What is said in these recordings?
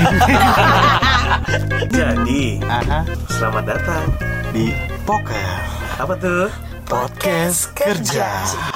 Jadi, selamat datang di Poker. Apa tuh? Podcast kerja.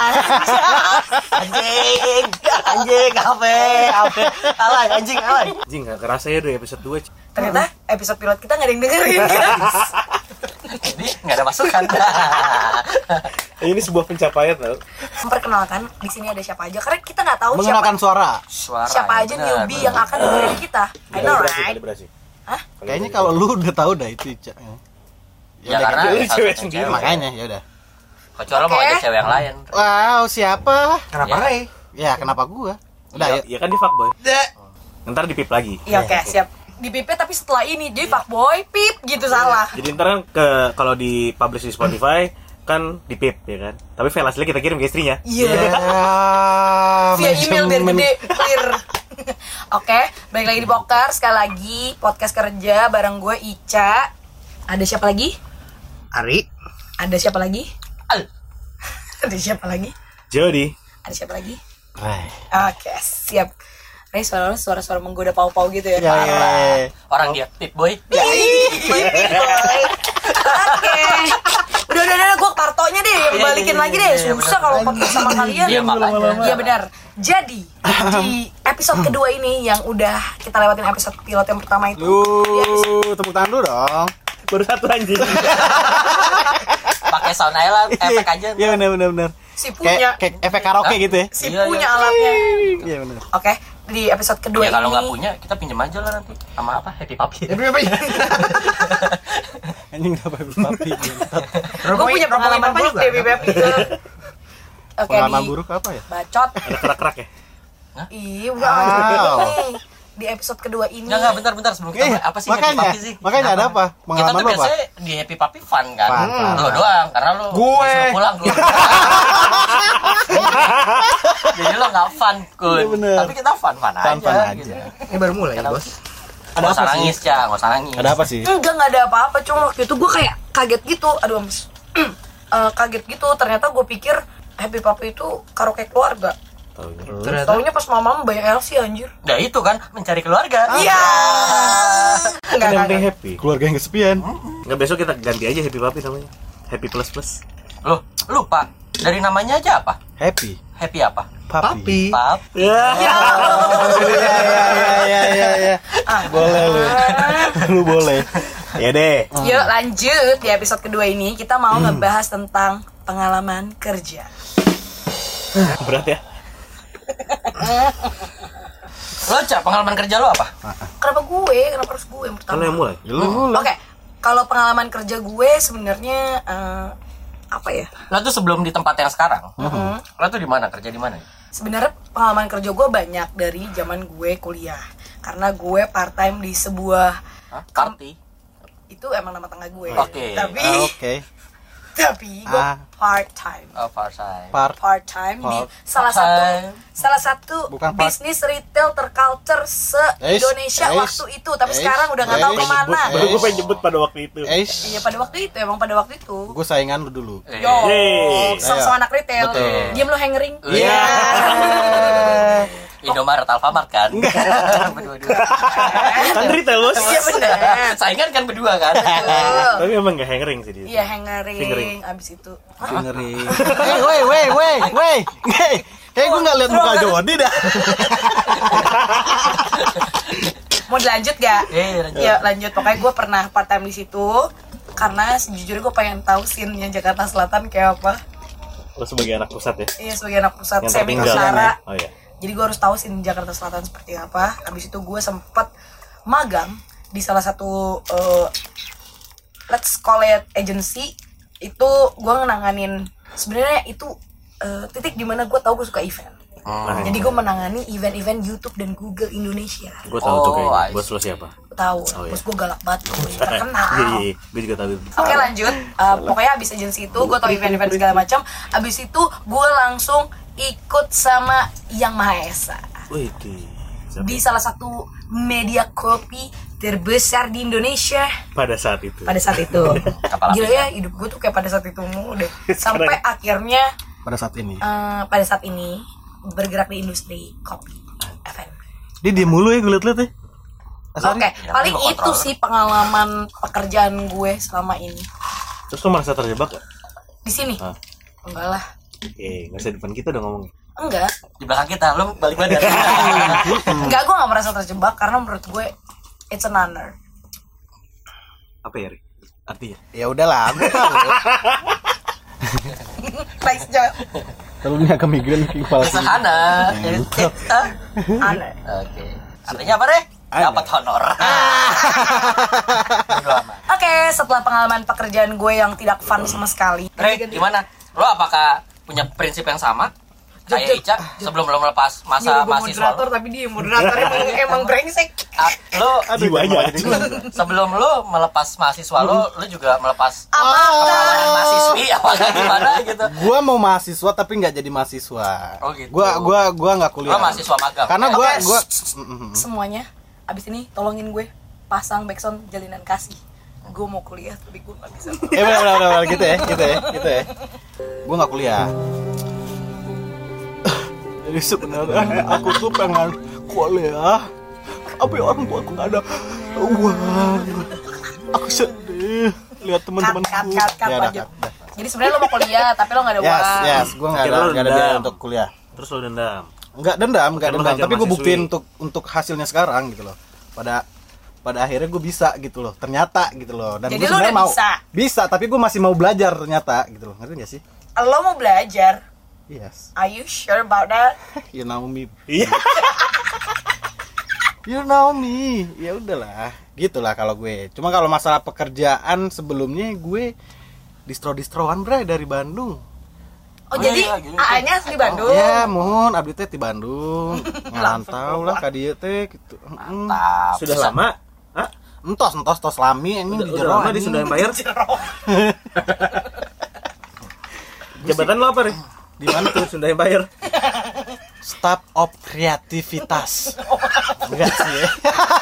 Anjing, apa? Alay, anjing. Anjing, gak kerasa ya udah episode 2. Ternyata episode pilot kita gak ada yang dengerin, guys. Jadi gak ada masukan. Ini sebuah pencapaian tau. Memperkenalkan di sini ada siapa aja, karena kita nggak tahu Mengenalkan suara. siapa aja newbie yang akan dengerin kita. I know, right? Kalibrasi. Hah? Kayaknya kalau lu udah tahu dah itu, Ica. Ya karena Lu cewek satu sendiri. Makanya ya udah. Kecuali mau ajak cewek yang lain. Wow, siapa? Kenapa Ray? Ya, kenapa gua? Udah, Ya, yuk. ya kan di fuckboy. Ntar di pip lagi. Iya, oke, siap. Di pipet tapi setelah ini jadi fuckboy pip gitu salah. Jadi ntar kan kalau di publish di Spotify kan di pip ya kan. Tapi file aslinya kita kirim ke istrinya. Iya. Via email biar gede, clear. Oke, balik lagi di Poker. Sekali lagi podcast kerja bareng gue Ica. Ada siapa lagi? Ari. Ada siapa lagi? Al. Ada siapa lagi? Jody. Ada siapa lagi? Rai. Oke, siap. Ray, suara-suara menggoda pau-pau gitu ya. Ya, ya. Orang dia Pip Boy. Oke. Udah, gue kartonya deh, balikin lagi deh. Susah kalau podcast sama kalian. Iya, makanya. Iya benar. Jadi di episode kedua ini yang udah kita lewatin episode pilot yang pertama itu. Tepuk tangan dulu dong. Baru satu anjing. Pakai sound aja lah, efek aja. Iya, benar. Si punya Kayak efek karaoke gitu ya. si Iya, punya iya. alatnya. Iya, benar. Oke, di episode kedua Ya kalau ini nggak punya, kita pinjam aja lah nanti. Sama apa? Happy Puppy. Anjing dapat papi. gue punya pengalaman buruk deh Beb itu. Oke, Pengalaman di buruk apa ya? bacot. Ada kerak-kerak ya? Iya, udah nih. Di episode kedua ini. Enggak, bentar sebelum kita apa sih Happy makanya, Puppy sih? makanya ada apa? Kita Pengalaman tuh lu apa? biasanya di Happy Puppy fun kan. Fun. Lu doang, karena lu Gue. disuruh pulang lu. Jadi lo nggak fun, Kun. Iya, bener. Tapi kita fun Fun aja. aja. Gitu. Ini baru mulai ya, Kenapa? Bos. Ada Nggak usah apa sih? nangis, Cak. Nggak usah nangis. Ada apa sih? Enggak ada apa-apa, cuma waktu itu gue kayak kaget gitu. Aduh, Mas. Kaget gitu, ternyata gue pikir Happy Puppy itu karaoke keluarga. Taunya. Taunya pas mama banyak LC anjir. Nah itu kan mencari keluarga. Iya. Kan yang penting happy. Keluarga yang kesepian. Enggak, besok kita ganti aja Happy Puppy namanya. Happy plus. Loh, lupa. Dari namanya aja apa? Happy. Happy apa? Papi. Pap. Ya. Ya. Boleh lu. Lu boleh. Ya deh. Yuk lanjut, di episode kedua ini kita mau ngebahas tentang pengalaman kerja. Berat ya. Lo, Cak, pengalaman kerja lo apa? Kenapa gue? Kenapa harus gue yang pertama? Kan lo yang mulai. Lu. Oke, kalau pengalaman kerja gue sebenarnya apa ya? Lo tuh sebelum di tempat yang sekarang. Lo tuh di mana? Kerja di mana? Sebenarnya pengalaman kerja gue banyak dari zaman gue kuliah. Karena gue part time di sebuah Hah? Party. itu emang nama tengah gue. Oke. Tapi tapi gue part time. Oh, Farside. Part time di Part-time. salah satu Bukan part- bisnis retail terculture se Indonesia waktu itu. Tapi sekarang udah nggak tahu kemana. Baru gue pengen nyebut pada waktu itu. Iya pada waktu itu emang pada waktu itu. Gue saingan lu dulu. Yo, Yeay. sama-sama anak retail. Betul. Diam lo hangering. Iya. Indomaret, Alfamart kan? Berdua-dua. Kan retail bos. Iya benar. Saingan kan berdua kan? Betul. Tapi emang gak hangering sih dia. Iya hangering. Fingering. Abis itu. Ngeri. Wey. Kayak gue nggak lihat muka Jody dah. Mau dilanjut gak? Lanjut. Ya lanjut. Pokoknya gue pernah part time di situ karena sejujurnya gue pengen tahu scene-nya Jakarta Selatan kayak apa. Lo sebagai anak pusat ya. Iya sebagai anak pusat Yang semi tertinggal. Usara. Oh iya. Jadi gue harus tahu scene Jakarta Selatan seperti apa. Habis itu gue sempet magang di salah satu let's call it agency. Itu gue ngenanganin sebenarnya itu titik dimana gue tahu gue suka event. Jadi gue menangani event-event YouTube dan Google Indonesia. Gue tahu tuh Oh, kayaknya. I see. Bos lo siapa? Tahu, Oh, iya. bos gue galak banget, terkenal. Iya. Gue juga tahu. Oke lanjut, pokoknya abis agensi itu gue tau event-event segala macam. Abis itu gue langsung ikut sama Yang Maha Esa Wih, itu. di salah satu media kopi terbesar di Indonesia Pada saat itu. pada saat itu. Kapal Gila api. ya, hidup gue tuh kayak pada saat itu mulu deh. Sampai akhirnya Pada saat ini. pada saat ini bergerak di industri kopi. F&B. Dia diem mulu ya gue liat-liat ya. Oke, paling itu sih pengalaman pekerjaan gue selama ini. Terus lu merasa terjebak gak? Di sini? Hah? Enggak lah. Oke, nggak usah depan kita dong ngomong. Enggak. Di belakang kita, lu balik badan. Enggak, gue gak merasa terjebak karena menurut gue it's an honor. Apa ya, Ri? Artinya? Ya udahlah, gue tahu. Nice job. Kalau ini agak migran kepala. Sederhana. Honor. Oke. Artinya apa, Re? Dapat honor. Oke, setelah pengalaman pekerjaan gue yang tidak fun sama sekali. Re, gimana? Lo apakah punya prinsip yang sama? Kayak Ica sebelum lo melepas masa mahasiswa moderator, tapi dia moderator emang brengsek. Lo Jiwanya. sebelum lo melepas mahasiswa lo juga melepas Apakah mahasiswi apakah gimana gitu? Gua mau mahasiswa tapi nggak jadi mahasiswa. Oh, gitu. Gua nggak kuliah. Lo mahasiswa magang. Karena Oke, gua semuanya abis ini tolongin gue pasang backsound jalinan kasih. Gue mau kuliah tapi gue gak bisa. benar gitu ya. Gua nggak kuliah. Jadi sebenarnya aku tuh pengen kuliah, tapi orang tua aku nggak ada uang. Aku sedih lihat teman-temanku. Cut, Ya, lanjut. Jadi sebenarnya lo mau kuliah tapi lo gak ada uang. Yes, gue nggak Akhirnya lu ada dendam. biaya untuk kuliah. Terus lo dendam. Nggak dendam, Kan lu ngajar tapi gue mahasiswi. buktiin untuk hasilnya sekarang gitu loh. Pada akhirnya gue bisa gitu loh, ternyata gitu loh. Dan Jadi gue lu sebenarnya udah mau bisa, tapi gue masih mau belajar ternyata gitu loh. Ngerti gak sih? Lo mau belajar. Yes. Are you sure about that? You know me. Iya. You know me. Ya udahlah, gitulah kalau gue. Cuma kalau masalah pekerjaan sebelumnya gue distro-distroan bre dari Bandung. Oh, jadi iya, gitu. AA-nya di Bandung. Ya, mohon abdi teh di Bandung. Ngalantau lah ka dieu teh gitu. Mantap. Sudah lama? Hah? Entos lami ini di Udah jero. lama di Sunda Empire? Jabatan lo apa, Ri? Di mana tuh Sunda Empire? Staff of kreativitas. Enggak sih ya.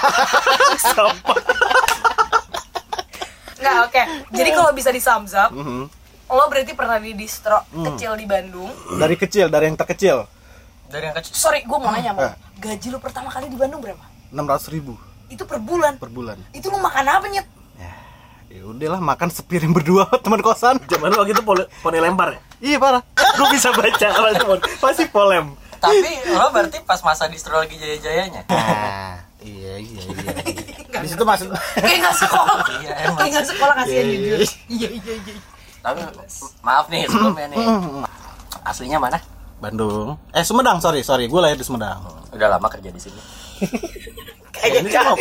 Nggak, oke. Jadi kalau bisa di sums up, Mhm. lo berarti pernah di distro kecil di Bandung. Dari kecil, dari yang terkecil. Dari yang kecil. Sorry, gue mau nanya, Bang. Gaji lo pertama kali di Bandung berapa? 600.000 Itu per bulan. per bulan. Itu lo makan apa, Nyet? Ya udahlah, makan sepiring berdua teman kosan. Zaman lo gitu poni lempar ya? Iya parah. Gue bisa baca kalau itu pasti polem. Tapi lo berarti pas masa distro lagi jaya-jayanya. Nah, iya. Di situ maksud Kayak nggak sekolah. Iya, emang. Kayak nggak sekolah kasihan jujur. Iya. Tapi maaf nih sebelumnya nih. Aslinya mana? Bandung. Sumedang, sorry. Gue lahir di Sumedang. Udah lama kerja di sini. Kayak jauh.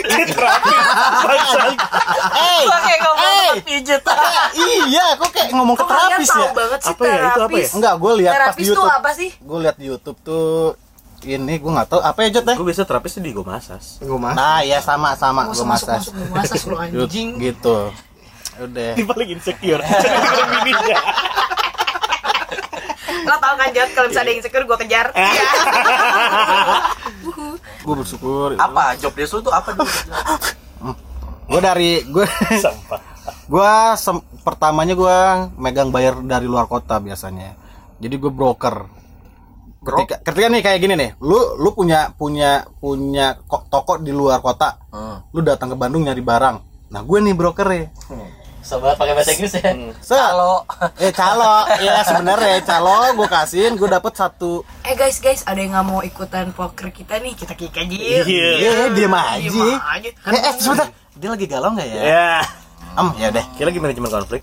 Kayak ngomong pijet. Iya, kok kayak ngomong ke Kok kalian terapis tahu ya? banget sih Apa ya, itu apa ya? terapis? Enggak, gue lihat pas di Terapis tuh YouTube. apa sih? Gue lihat di YouTube tuh ini gue nggak tahu apa ya Jod deh. Gue biasa terapis di Gomasas. Nah, ya sama Gak gue usah masuk lu masas lu anjing. Gitu. Udah. Di paling insecure. Jadi bininya. Lo tau kan Jod, kalau misalnya ada yang insecure gue kejar. Gue bersyukur. Apa job desk lu tuh apa dulu? Gue Sampah. pertamanya gue megang bayar dari luar kota biasanya. Jadi gue broker. Ketika nih kayak gini nih, lu punya toko di luar kota. Lu datang ke Bandung nyari barang. Nah, gue nih brokernya. Sobat pakai bahasa Inggris ya. Calo. Calo. Ya sebenarnya calo gue kasihin, gue dapet satu. Guys, ada yang nggak mau ikutan poker kita nih? Kita kick aja. Iya. Diem aja. aja. Sebentar. Dia lagi galau nggak ya? Ya. Ya deh. Kira lagi manajemen konflik.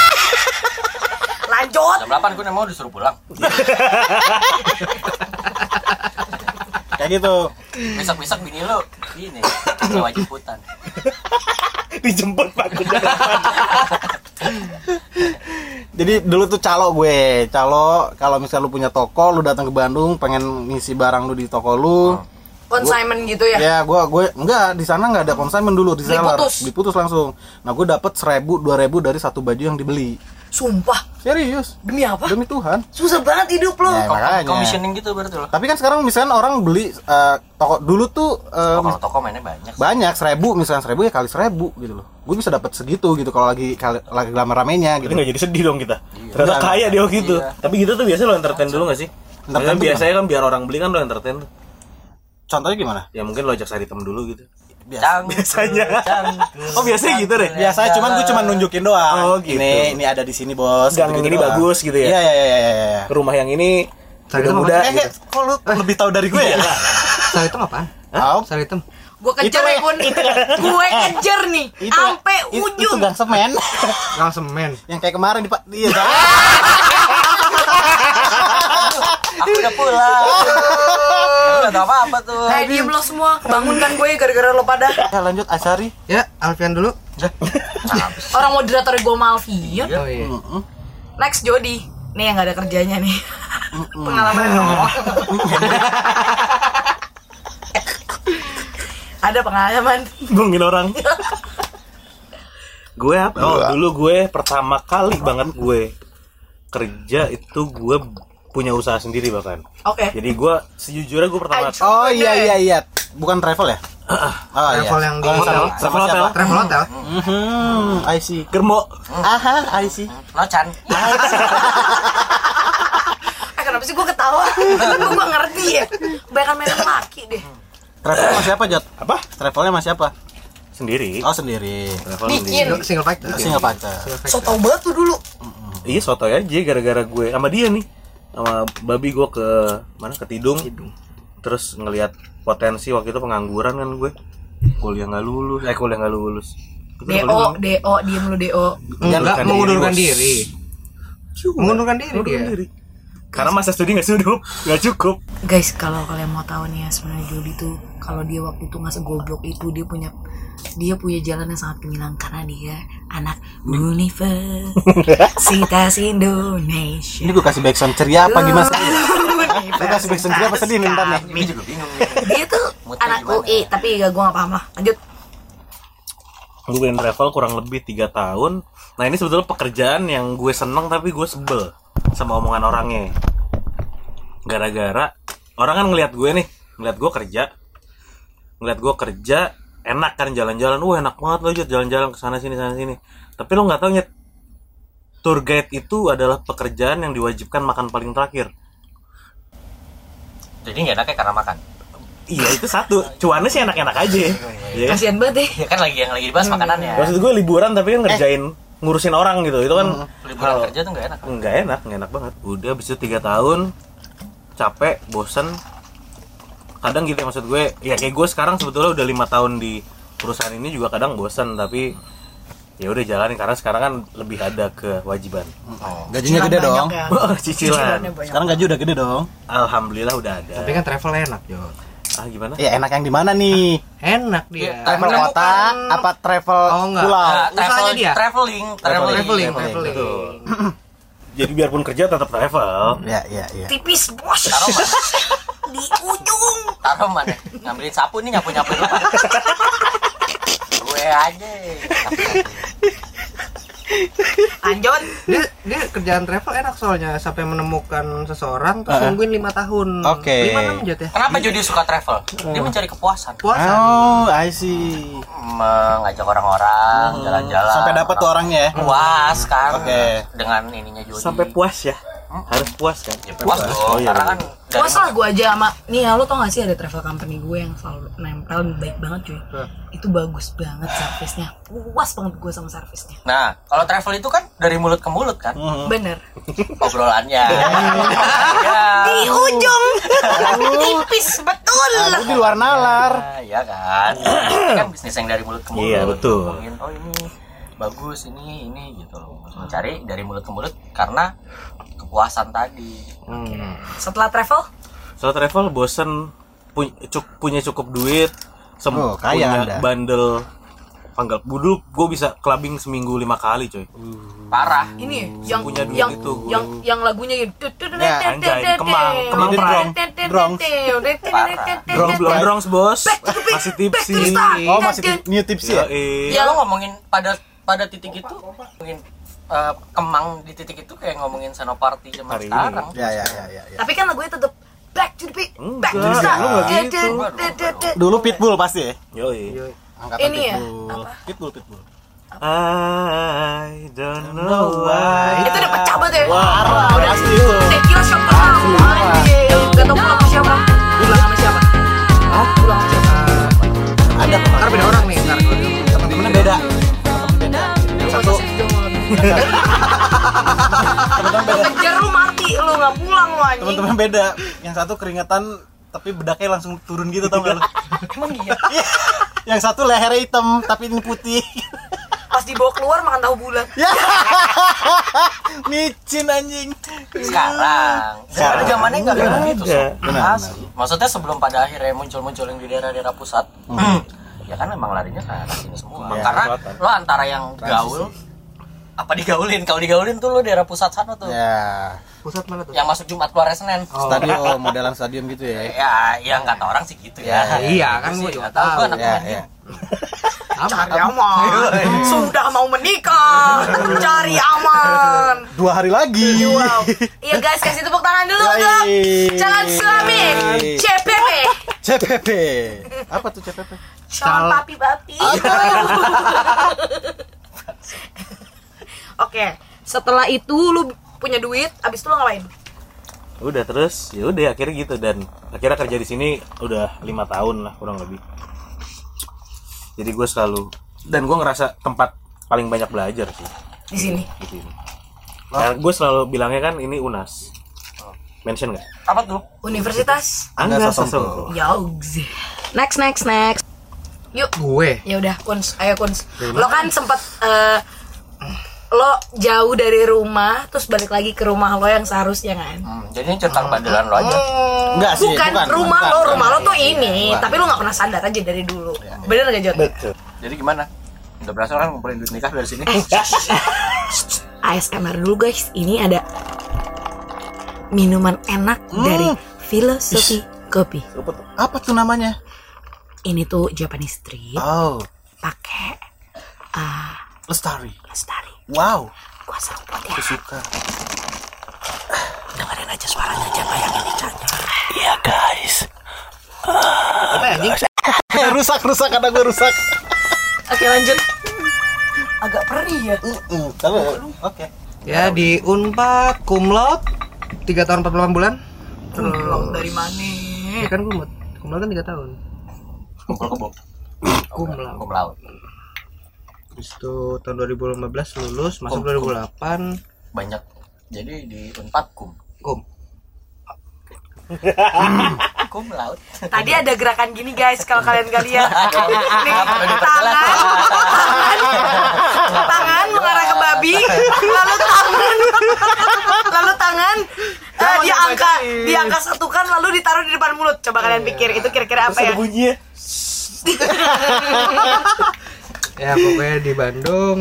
Lanjut. Jam 8 gue mau disuruh pulang. Kayak gitu. Besok bini lu ini nyewa jemputan. Dijemput Pak. Jadi dulu tuh calo kalau misalnya lu punya toko, lu datang ke Bandung pengen ngisi barang lu di toko lu. Consignment gitu ya? Ya, gue enggak, di sana enggak ada consignment dulu di seller. Diputus langsung. Nah, gue dapet 1.000, 2.000 dari satu baju yang dibeli. Sumpah. Serius. Demi apa? Demi Tuhan. Susah banget hidup lo. Ya, makanya. Commissioning gitu berarti lo. Tapi kan sekarang misalnya orang beli toko dulu tuh Kalau toko mainnya banyak. banyak 1.000, misalnya 1.000 ya kali 1.000 gitu loh. Gue bisa dapat segitu gitu kalau lagi rame-ramenya Jadi gitu. nggak jadi sedih dong kita. Ternyata kaya dia gitu. Iya. Tapi gitu tuh biasanya lo entertain dulu nggak sih? Entertain Biasanya kan biar orang beli kan lo entertain. Contohnya gimana? Ya mungkin lo ajak sari tem dulu gitu. Biasanya. Oh, biasanya gitu deh. Biasanya cuman gue cuma nunjukin doang. Oh, gitu. Ini ada di sini, Bos. Gang yang ini doang. bagus gitu ya. Iya. Rumah yang ini Sari hitam muda apa? gitu. Kok lu lebih tahu dari gue ya? Sari hitam apaan? Tahu? Sari hitam. Gue kejar Itu, ya Kun. Gue kejar nih sampai Itu ujung. gang semen. Gang semen. Yang kayak kemarin di Pak. Iya. Aku udah pulang. Aku gak tau apa-apa tuh. Kayak diem lo semua, kebangunkan gue gara-gara lo pada. Ya lanjut Asari. Ya, Alfian dulu. Orang moderator gue Malvian. Oh iya. Next Jody. Nih yang gak ada kerjanya nih. Pengalaman ngomong. Ada pengalaman. Ngomongin orang. Gue apa? Oh, dulu gue pertama kali banget gue kerja itu gue punya usaha sendiri bahkan. Oke. Jadi gue sejujurnya gue pertama Oh iya. Bukan travel ya? Oh Travel yang di Travel hotel. Travel hotel. I see. Germo. Aha, I see. Nocan. Kenapa sih gue ketawa? Gue ngerti ya. Kebanyakan main laki deh. Travel masih apa, Jot? Apa? Travelnya masih apa? Sendiri. Oh, sendiri. Travel Bikin. sendiri. Single factor. Single factor. So tau banget tuh dulu. Iya, sotoy aja gara-gara gue sama dia nih. Sama babi gue ke mana? Ke Tidung. Terus ngelihat potensi waktu itu pengangguran kan gue. Kuliah nggak lulus. DO, diem lu DO. Enggak mengundurkan diri. Mengundurkan diri dia. Karena masa studi nggak cukup. Guys, kalau kalian mau tahu nih ya sebenarnya Jody tuh kalau dia waktu itu nggak segoblok itu dia punya jalan yang sangat gemilang karena dia anak Universitas Indonesia. Ini gue kasih backsound ceria apa gimana? Gue kasih backsound ceria apa sedih nih ntar nih? Ini juga bingung. Dia tuh anak UI tapi gue nggak paham lah. Lanjut. Gue pengen travel kurang lebih 3 tahun. Nah ini sebetulnya pekerjaan yang gue seneng tapi gue sebel sama omongan orangnya. Gara-gara orang kan ngelihat gue kerja enak kan jalan-jalan, enak banget lo jalan-jalan ke sana sini. Tapi lo nggak tahu nyet, tour guide itu adalah pekerjaan yang diwajibkan makan paling terakhir. Jadi nggak enaknya karena makan. Iya itu satu, cuannya sih enak-enak aja. Ya. Kasian banget deh. Ya kan yang lagi dibahas makanannya. Maksud gue liburan tapi kan ngerjain ngurusin orang gitu, itu kan Liburan kerja tuh nggak enak. nggak enak banget. Udah abis itu 3 tahun capek, bosen. Kadang gitu ya, maksud gue ya kayak gue sekarang sebetulnya udah 5 tahun di perusahaan ini juga kadang bosen, tapi ya udah jalanin karena sekarang kan lebih ada kewajiban. Gajinya gede dong. Ya. Cicilan. Sekarang gaji udah gede dong. Alhamdulillah udah ada. Tapi kan travel enak, Jo. Gimana? Ya enak yang di mana nih? Enak dia. Travel kota apa travel Oh, enggak. pulau? Usahanya dia. Traveling. Traveling. Jadi biarpun kerja tetap travel. Ya. Tipis bos. Taruh mana? Di ujung. Taruh mana? Ngambilin sapu nih nyapu dulu. Gue aja. Lanjut. Dia kerjaan travel enak soalnya sampai menemukan seseorang terus nungguin 5 tahun. Oke. 5-6 Jot ya. Kenapa Jody suka travel? Dia mencari kepuasan. Puasa. Oh, I see. Mengajak orang-orang jalan-jalan. Sampai dapat tuh orangnya ya. Puas kan. Oke. Dengan ininya Jody. Sampai puas ya. Harus puas kan? Ya, puas dong. iya. Karena kan Puas lah gue aja sama nih ya, lo tau gak sih ada travel company gue yang selalu nempel baik banget cuy. Itu bagus banget servisnya. Puas banget gue sama servisnya. Nah, kalau travel itu kan dari mulut ke mulut kan Bener. obrolannya. Di ujung. Tipis betul. Aku di luar nalar. Nah, ya kan. Ini kan bisnis yang dari mulut ke mulut. Iya, betul. Ngomongin, oh ini bagus, ini gitu loh. Mencari dari mulut ke mulut karena kepuasan tadi. Setelah travel, bosen punya cukup duit, Oh, kaya punya Anda. bandel panggal budul, gue bisa clubbing seminggu 5 kali coy. Parah. ini yang Punya duit yang itu, gue. yang lagunya gitu. Ya, anjay, Kemang Bronx. Bronx bos, masih tipsi. Oh, masih new tipsy ya? Ya lo ngomongin pada titik itu ngomongin Kemang di titik itu kayak ngomongin Senoparty zaman Hari ini. sekarang. Ya. Tapi kan lagunya tetap back to the beat, back to the Enggak, start. lu nggak gitu. Dulu Pitbull pasti ya? Yoi. Angkatan Ini ya, Pitbull. apa? I don't know why. Itu udah pecah banget ya. Parah, Udah pasti itu. Tequila shot pertama. Anjir. Gak tau pulang sama siapa. Pulang sama siapa? Pulang sama siapa? Ada Ntar beda beda. Yang satu keringetan tapi bedaknya langsung turun gitu, tau gak lu? Emang iya. Yang satu lehernya hitam tapi ini putih. Pas dibawa keluar makan tahu bulat. Ya. Micin anjing. Sekarang zamannya nggak kayak gitu so. Benar. Asli. Maksudnya sebelum pada akhirnya muncul yang di daerah-daerah pusat, ya kan memang larinya ke arah sini semua. Ya, Karena selatan. lo antara yang gaul, apa digaulin? Kalau digaulin tuh lo daerah pusat sana tuh. Ya. Pusat mana tuh? Yang masuk Jumat keluar Senin. Stadion, modelan stadion gitu ya. Ya nggak tahu orang sih gitu ya. Iya kan Gitu gue sih, juga nggak tahu. tahu. Gue anak Ya, Madiun. ya. Cari aman. Sudah mau menikah. Cari aman. 2 hari lagi. Wow. Iya guys, kasih tepuk tangan dulu untuk calon suami CPP. CPP. Apa tuh CPP? Calon papi-papi. Oke, setelah itu lu punya duit, abis itu lu ngapain? Udah terus ya udah akhirnya gitu, dan akhirnya kerja di sini udah 5 tahun lah kurang lebih. Jadi gue selalu, dan gue ngerasa tempat paling banyak belajar sih Di sini. di sini. Nah, gue selalu bilangnya kan ini UNAS. Mention nggak? Apa tuh? Universitas. Angga Angga Sasongko. Sasongko. Yogs. Next. Yuk. Gue. Ya udah, Kuns. Ayo Kuns. Lo kan sempet lo jauh dari rumah, terus balik lagi ke rumah lo yang seharusnya kan? Jadi ini cerita bandelan lo aja. Enggak sih, bukan, bukan, rumah bukan, lo, bukan. rumah lo tuh Iya, ini, bukan. tapi lo nggak pernah sadar aja dari dulu. Bener gak Jod? Betul. Jadi gimana? Udah berasa kan ngumpulin duit nikah dari sini? ASMR dulu guys, ini ada minuman enak dari Filosofi Kopi. Apa tuh namanya? Ini tuh Japanese Street, Oh, pakai Lestari. Lestari. Wow, Gua seru buat ya. aku suka. Dengerin aja suaranya, jangan bayangin dicanya. Iya guys. Apa ya anjing? rusak karena gue rusak. Oke lanjut. Agak perih ya. Oke. Ya di Unpad cum laude 3 tahun 48 bulan. Belum dari mana? Ya kan gue cum laude kan 3 tahun. Kumpul kebo. Cum laude. Kumpul laut. Habis itu tahun 2015 lulus, masuk 2008 Banyak. Jadi di Unpad kum laut. Tadi ada gerakan gini guys, kalau kalian gak lihat. Nih, tangan mengarah ke babi, lalu tangan diangkat satukan lalu ditaruh di depan mulut. Coba kalian pikir itu kira-kira apa ya? Bunyinya. ya pokoknya di Bandung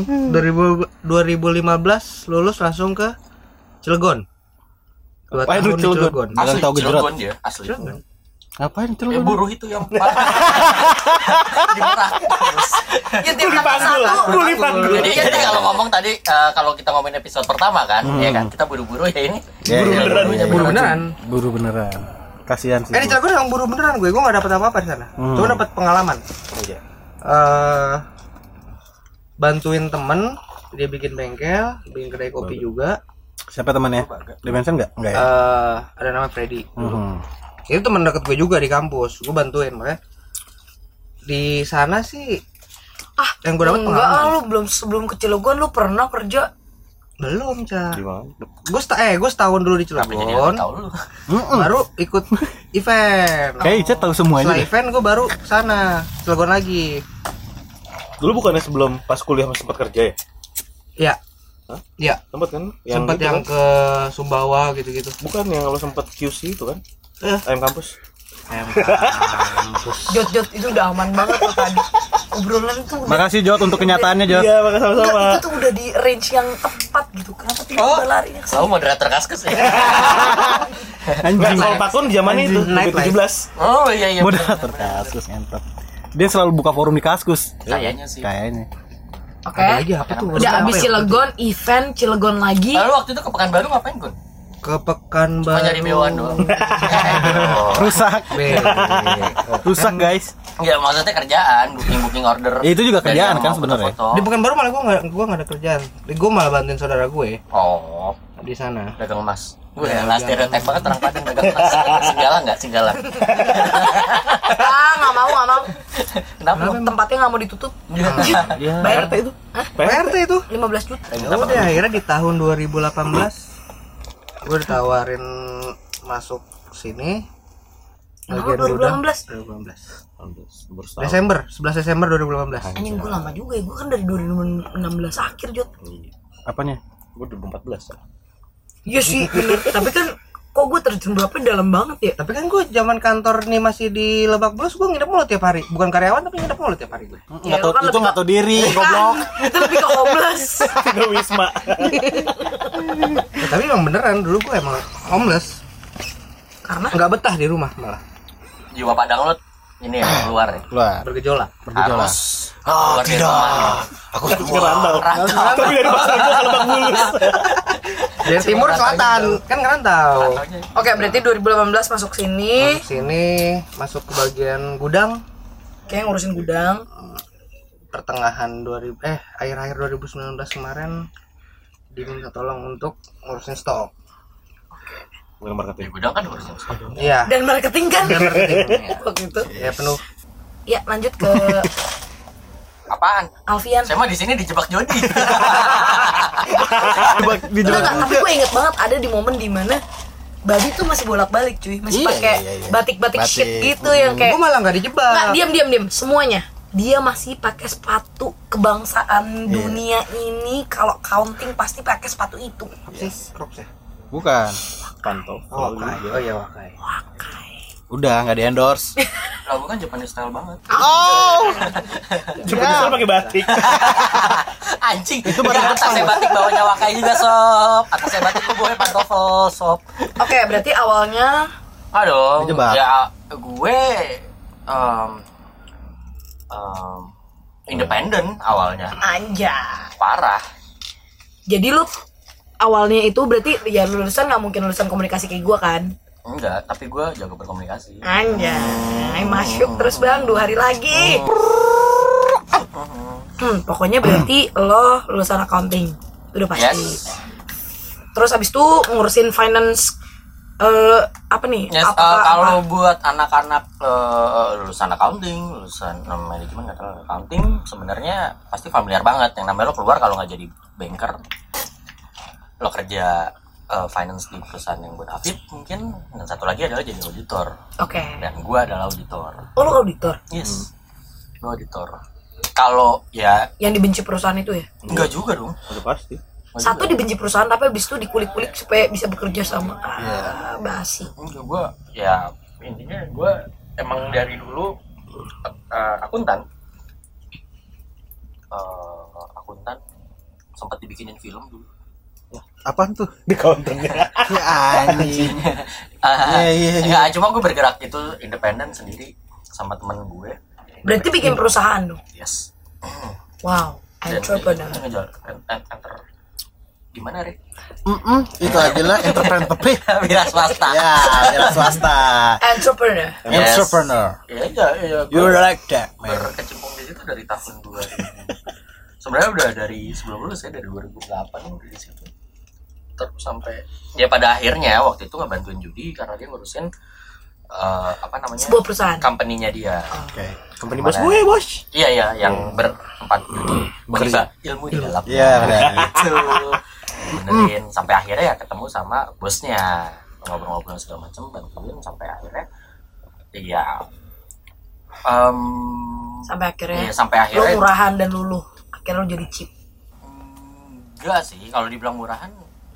2015 lulus langsung ke Cilegon 2 Ngapain lu tahun di Cilegon? Cilegon Jangan Asli tahu gejrot. Cilegon dia, asli. Cilegon. Ngapain tuh? Ya buruh itu yang di Merak. Ya tiap kata satu. Jadi kalau ngomong tadi kalau kita ngomongin episode pertama kan, ya kan kita buru-buru ya ini. buru beneran Buru beneran. Kasihan sih. di Cilegon yang buru beneran gue gak dapet apa-apa di sana cuma dapet pengalaman bantuin temen dia bikin bengkel, bikin kedai kopi juga. Siapa temannya? Dimension enggak? Enggak ya? Ada nama Freddy. Mhm. Itu temen deket gue juga di kampus, gue bantuin makanya. Di sana sih yang gue dapet Enggak, pengalaman. lu belum sebelum ke Cilegon lu pernah kerja. Belum, Ca. Di mana? Gue setahun dulu di Tapi jadi Cilegon, tahu lu. baru ikut event. Kayak Ica tahu semuanya. Setelah event gue baru sana Cilegon lagi. Dulu bukannya sebelum pas kuliah masih sempat kerja ya? Iya. Hah? Iya. Sempat kan? Sempat itu yang kan? ke Sumbawa gitu-gitu. Bukan yang lo sempat QC itu kan? Eh. Ayam kampus. Jod itu udah aman banget tuh tadi. Obrolan itu udah, Makasih Jot untuk kenyataannya Jot. Iya, makasih sama-sama. enggak, itu tuh udah di range yang tepat gitu. Kenapa tiba-tiba larinya ke Tahu moderator kaskus ya? Enggak, kalau Pakun zaman itu, Night 17. Oh iya. Moderator Kaskus ngentot. Dia selalu buka forum di Kaskus. Kayaknya sih. Kayaknya. Oke. Ada lagi apa tuh? Udah Apa abis ya? Cilegon, event Cilegon lagi. Lalu waktu itu ke Pekanbaru ngapain, Gun? Ke Pekanbaru. Cuma nyari bewan doang. Rusak. Rusak guys. Ya maksudnya kerjaan, booking order. Ya, itu juga Dari kerjaan yang kan mau sebenarnya. foto-foto. Di Pekanbaru malah gue nggak ada kerjaan. Gue malah bantuin saudara gue Oh, di sana. dagang emas. Gue lah stereotip banget orang Padang dagang emas. Singgala. Nggak mau. Kenapa? Tempatnya nggak mau ditutup. Ya. Bayar PRT itu. PRT itu. 15 juta. Udah akhirnya di tahun 2018 gue ditawarin masuk sini. Kenapa Bagian gudang 2018? 2018. Desember, 11 Desember 2018. Anjing gue lama juga ya, gue kan dari 2016 akhir Jot. Apanya? Gue 2014 ya. Iya sih bener, tapi kan kok gue terjun berapa dalam banget ya. Tapi kan gue zaman kantor nih masih di Lebak Bulus, gue nginep mulu tiap hari. Bukan karyawan tapi nginep mulu tiap hari gue. Ya, Nggak tahu, kan itu lebih nggak tahu diri, goblok. Itu lebih ke homeless. Ke Wisma. Ya, tapi emang beneran dulu gue emang homeless. Karena Nggak betah di rumah malah. Jiwa Padang lo ini ya keluar ya. Keluar. Bergejolak. Bergejolak. Harus keluar dari rumah. Aku Ngerantau. Tapi dari pasar gua ke Lebak Bulus. Dari timur selatan kan ngerantau. Rantaunya. oke, berarti 2018 masuk sini, Masuk sini, masuk ke bagian gudang. kayak ngurusin gudang. Pertengahan akhir-akhir 2019 kemarin diminta tolong untuk ngurusin stok. Bukan Di marketing. gudang kan urusan stok. Iya. Dan marketing kan Dan marketing. waktu itu. Ya penuh. Ya lanjut ke Apaan? Alfian. Saya mah di sini dijebak Jody. Enggak, tapi gue inget banget ada di momen dimana Babi tuh masih bolak-balik cuy, masih Iya, pakai iya. batik-batik Batik. shit gitu yang kayak Gue malah nggak dijebak. nggak diam semuanya. Dia masih pakai sepatu kebangsaan dunia ini. Kalau counting pasti pakai sepatu itu. Crocs ya. Bukan. Pantau. Oh iya Wakai. Udah nggak di endorse. Lagu kan Japanese style banget. Oh. Cepet pakai batik. Anjing. Itu atasnya batik bawahnya Wakai juga sob. Atasnya batik bawahnya pantofel sob. Oke, berarti awalnya Aduh. Dijebak. Ya gue independen awalnya. anjay. Parah. Jadi lu awalnya itu berarti ya lulusan nggak mungkin lulusan komunikasi kayak gue kan? Enggak, tapi gue jago berkomunikasi. Anjay, masuk terus bang 2 hari lagi. Pokoknya berarti lo lulusan accounting udah pasti. Yes. Terus abis itu ngurusin finance apa nih? Yes, Apakah- kalau apa? buat anak-anak lulusan accounting, lulusan manajemen nggak tahu accounting, sebenarnya pasti familiar banget. Yang namanya lo keluar kalau nggak jadi banker, lo kerja finance di perusahaan yang bonafit mungkin, dan satu lagi adalah jadi auditor. Oke. Dan gue adalah auditor. Oh lo auditor Yes, gue auditor. Kalau ya yang dibenci perusahaan itu ya? enggak juga dong. Udah pasti. Nggak Satu juga. dibenci perusahaan tapi abis itu dikulik-kulik supaya bisa bekerja sama. Basi. Enggak, gue ya intinya gue emang dari dulu akuntan. Akuntan sempat dibikinin film dulu. Apaan tuh? Di counternya. Ya anjing. Iya. Enggak, cuma gue bergerak itu independen sendiri sama temen gue. Berarti bikin perusahaan dong. Yes. Wow, Dan entrepreneur. itu ngejal enter gimana Rik? Itu aja lah entrepreneur. Wira swasta. Ya, wira swasta. Entrepreneur. Yes. Entrepreneur. Iya. You like that, man. Berkecimpung di situ dari tahun 2000. Sebenarnya udah dari sebelum lulus ya, dari 2008 udah di situ. Terus sampai ya pada akhirnya waktu itu ngebantuin Judi karena dia ngurusin apa namanya? Sebuah perusahaan. Company-nya dia. Oke. Company bos gue, bos. Iya, yang bertempat Judi bekerja ilmu di dalamnya. Iya, benar. Gitu. Benerin sampai akhirnya ya ketemu sama bosnya, ngobrol-ngobrol segala macam, bantuin sampai akhirnya iya Sampai akhirnya. iya, sampai Lo akhirnya murahan dan luluh. Akhirnya lo jadi chip. enggak sih kalau dibilang murahan.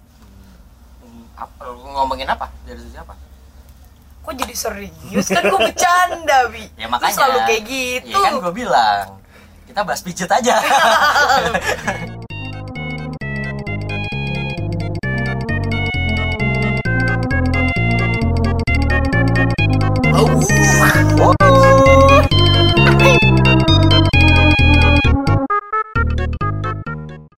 Ngomongin apa dari sisi apa? Kok jadi serius? Kan gue bercanda, Bi. Ya Lu makanya selalu kayak gitu. ya kan gue bilang kita bahas pijet aja.